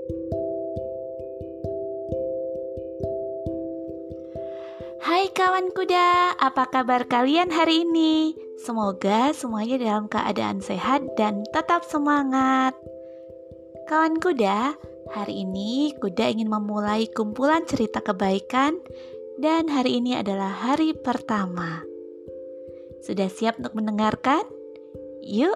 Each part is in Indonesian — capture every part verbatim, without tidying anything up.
Hai kawan kuda, apa kabar kalian hari ini? Semoga semuanya dalam keadaan sehat dan tetap semangat. Kawan kuda, hari ini kuda ingin memulai kumpulan cerita kebaikan dan hari ini adalah hari pertama. Sudah siap untuk mendengarkan? Yuk!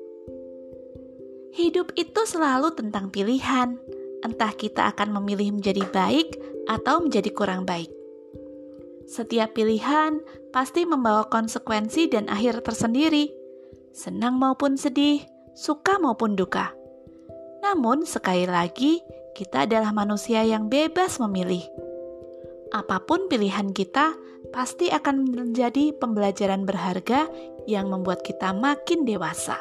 Hidup itu selalu tentang pilihan. Entah kita akan memilih menjadi baik atau menjadi kurang baik. Setiap pilihan pasti membawa konsekuensi dan akhir tersendiri, senang maupun sedih, suka maupun duka. Namun sekali lagi, kita adalah manusia yang bebas memilih. Apapun pilihan kita, pasti akan menjadi pembelajaran berharga yang membuat kita makin dewasa.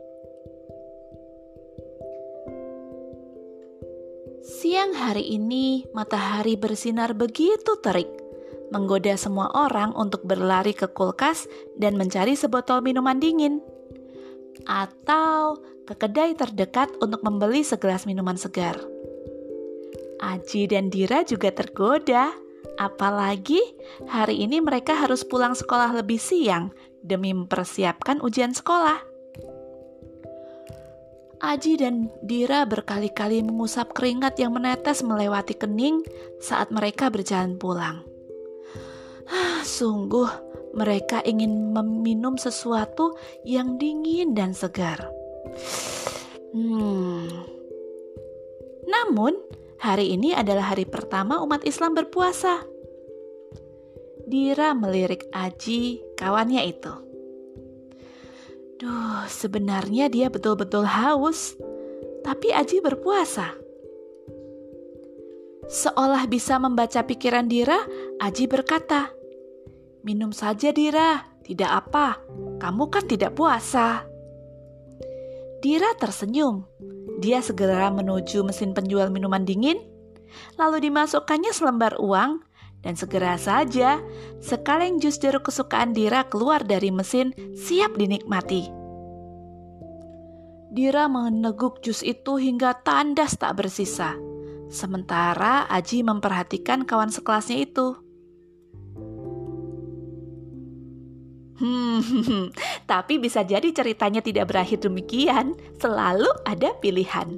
Siang hari ini, matahari bersinar begitu terik, menggoda semua orang untuk berlari ke kulkas dan mencari sebotol minuman dingin, atau ke kedai terdekat untuk membeli segelas minuman segar. Aji dan Dira juga tergoda, apalagi hari ini mereka harus pulang sekolah lebih siang demi mempersiapkan ujian sekolah. Aji dan Dira berkali-kali mengusap keringat yang menetes melewati kening saat mereka berjalan pulang. Sungguh, mereka ingin meminum sesuatu yang dingin dan segar. Hmm. Namun, hari ini adalah hari pertama umat Islam berpuasa. Dira melirik Aji, kawannya itu. Duh, sebenarnya dia betul-betul haus, tapi Aji berpuasa. Seolah bisa membaca pikiran Dira, Aji berkata, "Minum saja Dira, tidak apa, kamu kan tidak puasa." Dira tersenyum. Dia segera menuju mesin penjual minuman dingin, lalu dimasukkannya selembar uang, dan segera saja sekaleng jus jeruk kesukaan Dira keluar dari mesin siap dinikmati. Dira meneguk jus itu hingga tandas tak bersisa, sementara Aji memperhatikan kawan sekelasnya itu. Hmm, tapi bisa jadi ceritanya tidak berakhir demikian. Selalu ada pilihan.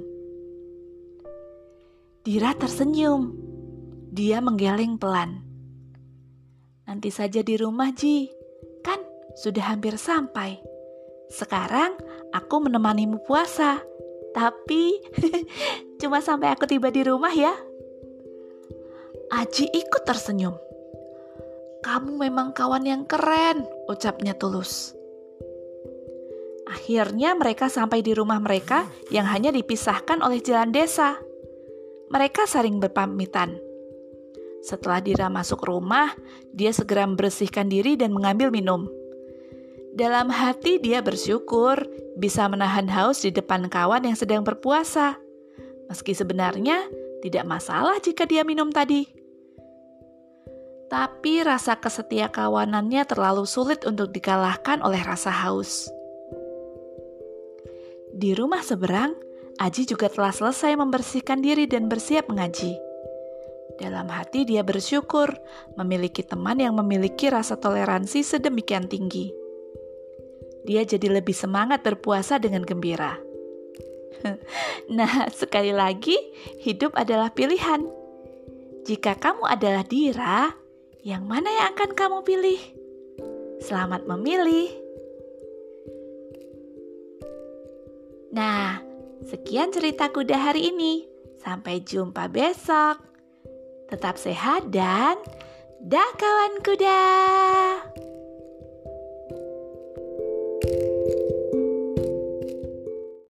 Dira tersenyum. Dia menggeleng pelan. Nanti saja di rumah, Ji. Kan sudah hampir sampai. Sekarang aku menemanimu puasa. Tapi cuma sampai aku tiba di rumah ya. Aji ikut tersenyum. "Kamu memang kawan yang keren," ucapnya tulus. Akhirnya mereka sampai di rumah mereka yang hanya dipisahkan oleh jalan desa. Mereka saling berpamitan. Setelah Dira masuk rumah, dia segera membersihkan diri dan mengambil minum. Dalam hati dia bersyukur bisa menahan haus di depan kawan yang sedang berpuasa. Meski sebenarnya tidak masalah jika dia minum tadi. Tapi rasa kesetia kawanannya terlalu sulit untuk dikalahkan oleh rasa haus. Di rumah seberang, Aji juga telah selesai membersihkan diri dan bersiap mengaji. Dalam hati dia bersyukur memiliki teman yang memiliki rasa toleransi sedemikian tinggi. Dia jadi lebih semangat berpuasa dengan gembira. Nah, sekali lagi, hidup adalah pilihan. Jika kamu adalah Dira, yang mana yang akan kamu pilih? Selamat memilih. Nah, sekian cerita kuda hari ini. Sampai jumpa besok. Tetap sehat dan dah kawan kuda.